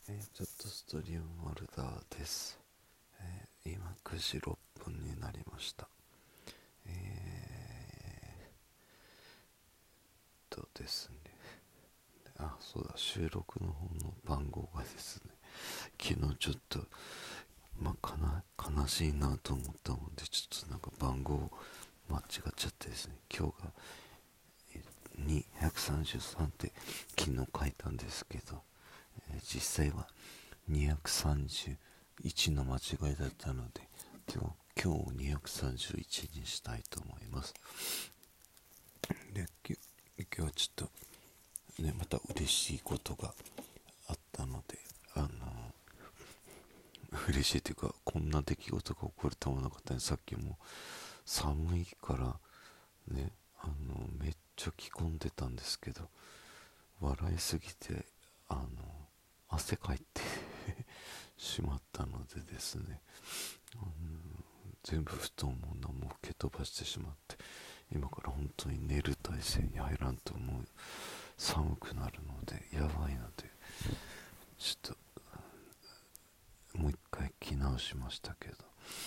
ちょっとストリームマルダーです。今9時6分になりました。ですね。そうだ、収録の方の番号がですね、昨日ちょっと、悲しいなと思ったので、ちょっとなんか番号を間違っちゃってですね、今日が233って昨日書いたんですけど、実際は231の間違いだったので、今日231にしたいと思います。で、今日はちょっとね、また嬉しいことがあったので、嬉しいというか、こんな出来事が起こるとは思わなかったね。さっきも寒いからね、めっちゃ着込んでたんですけど、笑いすぎて、汗かいてしまったのでですね、全部布団も何も吹け飛ばしてしまって、今から本当に寝る体勢に入らんともう寒くなるのでやばいので、ちょっともう一回着直しましたけど、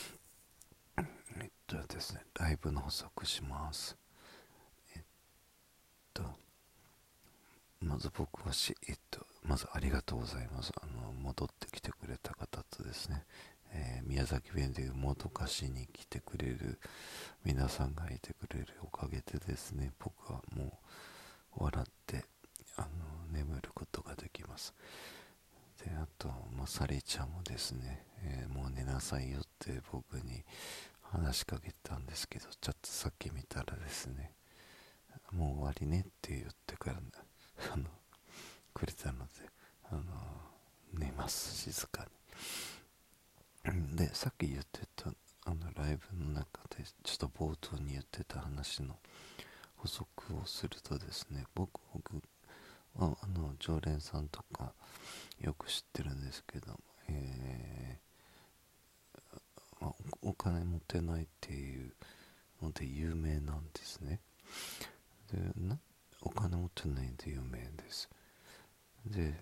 ですね、ライブの補足します。えっとまず僕はまずありがとうございます。戻ってきてくれた方とですね、宮崎弁でいうもどかしに来てくれる皆さんがいてくれるおかげでですね、僕はもう笑って眠ることができます。で、あと、サリーちゃんもですね、もう寝なさいよって僕に話しかけたんですけど、ちょっとさっき見たらですね、もう終わりねって言ってから、くれたので、あの寝ます、静かに。で、さっき言ってたライブの中でちょっと冒頭に言ってた話の補足をするとですね、僕は常連さんとかよく知ってるんですけど、お金持てないっていうので有名なんですね。で、お金持ってないんで有名です。で、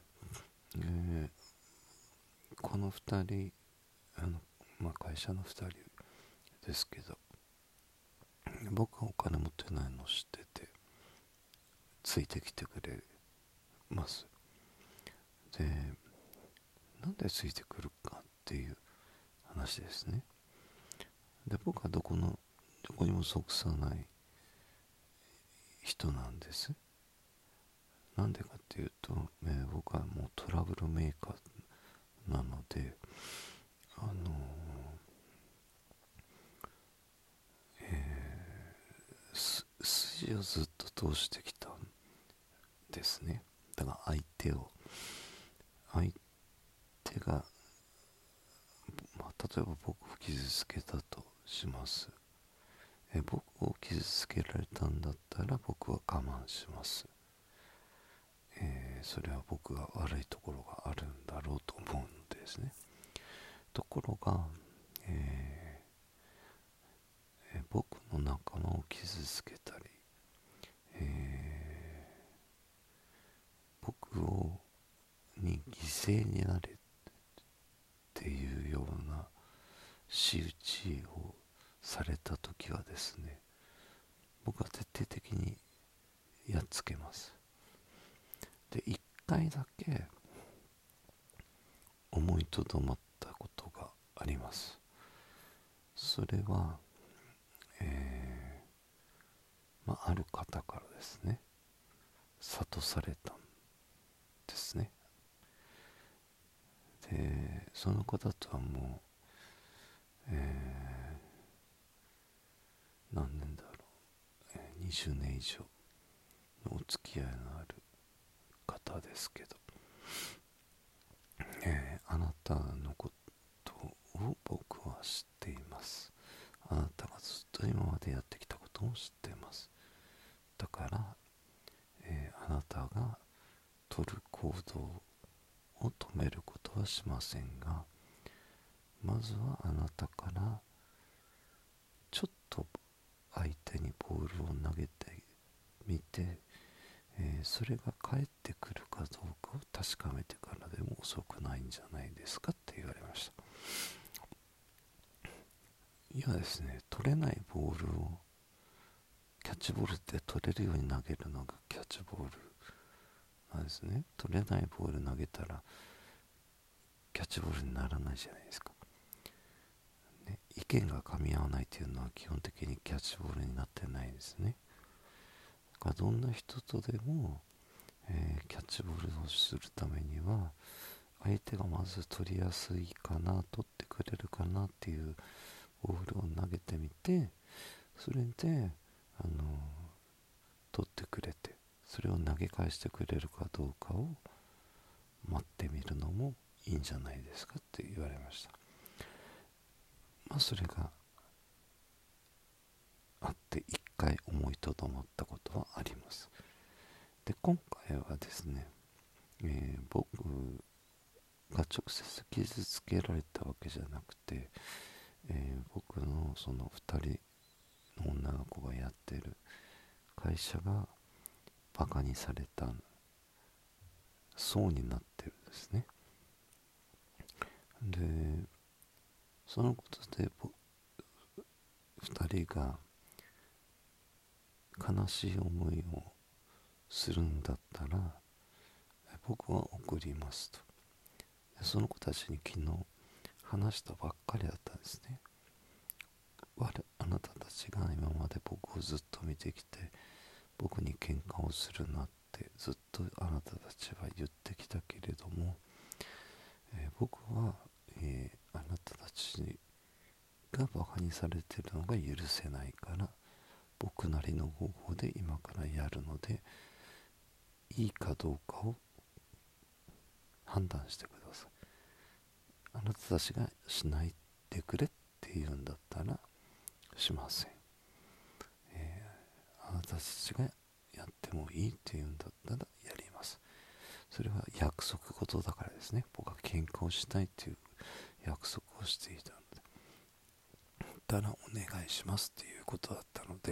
この2人、会社の2人ですけど、僕はお金持ってないの知っててついてきてくれます。で、なんでついてくるかっていう話ですね。で、僕はどこにも属さない人なんです。なんでかっていうと、僕はもうトラブルメーカーなので、あの筋をずっと通してきたんですね。だから相手が、例えば僕を傷つけたとします。僕を傷つけられたんだったら僕は我慢します。それは僕が悪いところがあるんだろうと思うんですね。ところが、僕の仲間を傷つけたり、僕に犠牲になれっていうような仕打ちをされた時はですね、僕は徹底的にやっつけます。で、一回だけ思いとどまったことがあります。それは、ある方からですね、諭されたんですね。で、その方とはもう、何年だろう、20年以上のお付き合いのある方ですけど、あなたのことを僕は知っています。あなたがずっと今までやってきたことを知っています。だから、あなたが取る行動を止めることはしませんが、まずはあなたからちょっと相手にボールを投げてみて、それが返ってくるかどうかを確かめてからでも遅くないんじゃないですかって言われました。いやですね、取れないボールをキャッチボールって取れるように投げるのがキャッチボールなんですね。取れないボール投げたらキャッチボールにならないじゃないですか、ね、意見が噛み合わないというのは基本的にキャッチボールになってないですね。だからどんな人とでも、キャッチボールをするためには相手がまず取りやすいかな、取ってくれるかなっていうボールを投げてみて、それで取ってくれて、それを投げ返してくれるかどうかを待ってみるのもいいんじゃないですかって言われました。それがあって一回思いとどまったことはあります。で、今回はですね、僕が直接傷つけられたわけじゃなくて、僕のその2人の女の子がやってる会社がバカにされた層になってるんですね。で、そのことで2人が悲しい思いをするんだったら僕は送りますと。で、その子たちに昨日話したばっかりだったんですね。あなたたちが今まで僕をずっと見てきて、僕に喧嘩をするなってずっとあなたたちは言ってきたけれども、僕は、あなたたちがバカにされてるのが許せないから、僕なりの方法で今からやるので、いいかどうかを判断してください。あなたたちがしないでくれって言うんだったらしません。あなたたちがやってもいいって言うんだったらやります。それは約束事だからですね。僕は喧嘩をしたいっていう約束をしていたので、だからお願いしますっていうことだったので、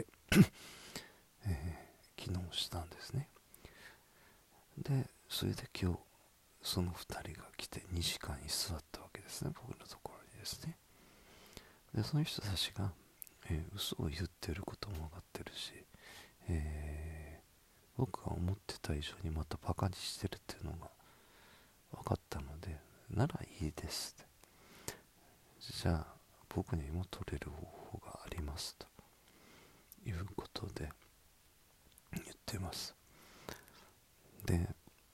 昨日したんですね。で、それで今日その2人が来て2時間に座ったわけですね、僕のところにですね。で、その人たちが、嘘を言ってることも分かってるし、僕が思ってた以上にまたバカにしてるっていうのが分かったので、ならいいですって、じゃあ僕にも取れる方法がありますということで言ってます。で、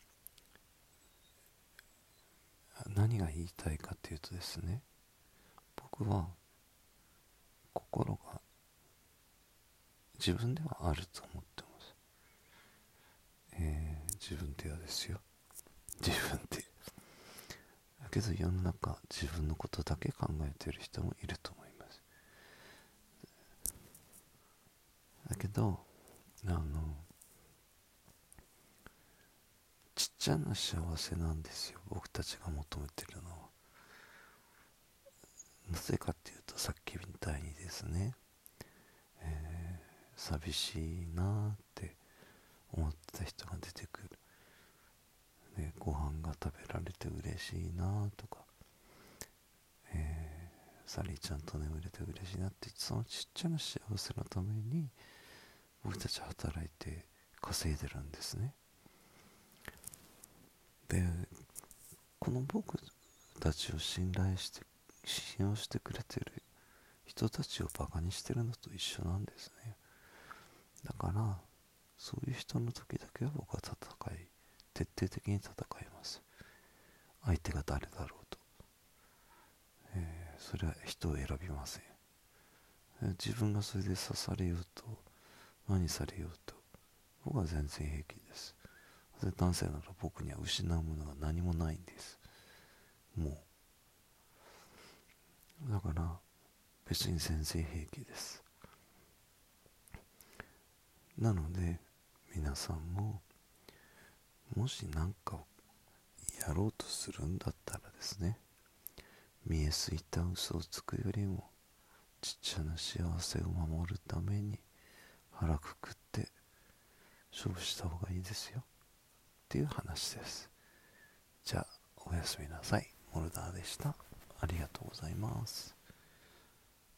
何が言いたいかというとですね、僕は心が自分ではあると思ってます。自分ではですよ。自分で。だけど世の中、自分のことだけ考えている人もいると思います。だけど、ちっちゃな幸せなんですよ、僕たちが求めてるのは。なぜかっていうと、さっきみたいにですね、寂しいなーって思ってた人が出てくる。で、ご飯が食べられて嬉しいなーとか、サリーちゃんと眠れて嬉しいなって、そのちっちゃな幸せのために僕たちは働いて稼いでるんですね。で、この僕たちを信用してくれてる人たちをバカにしてるのと一緒なんですね。だからそういう人の時だけは僕は徹底的に戦います。相手が誰だろうと、それは人を選びません。自分がそれで刺されようと何されようと僕は全然平気です。なぜなら僕には失うものが何もないんです。もうだから別に全然平気です。なので皆さんももし何かをやろうとするんだったらですね、見えすいた嘘をつくよりもちっちゃな幸せを守るために腹くくって勝負した方がいいですよっていう話です。じゃあおおやすみなさい。モルダーでした。ありがとうございます。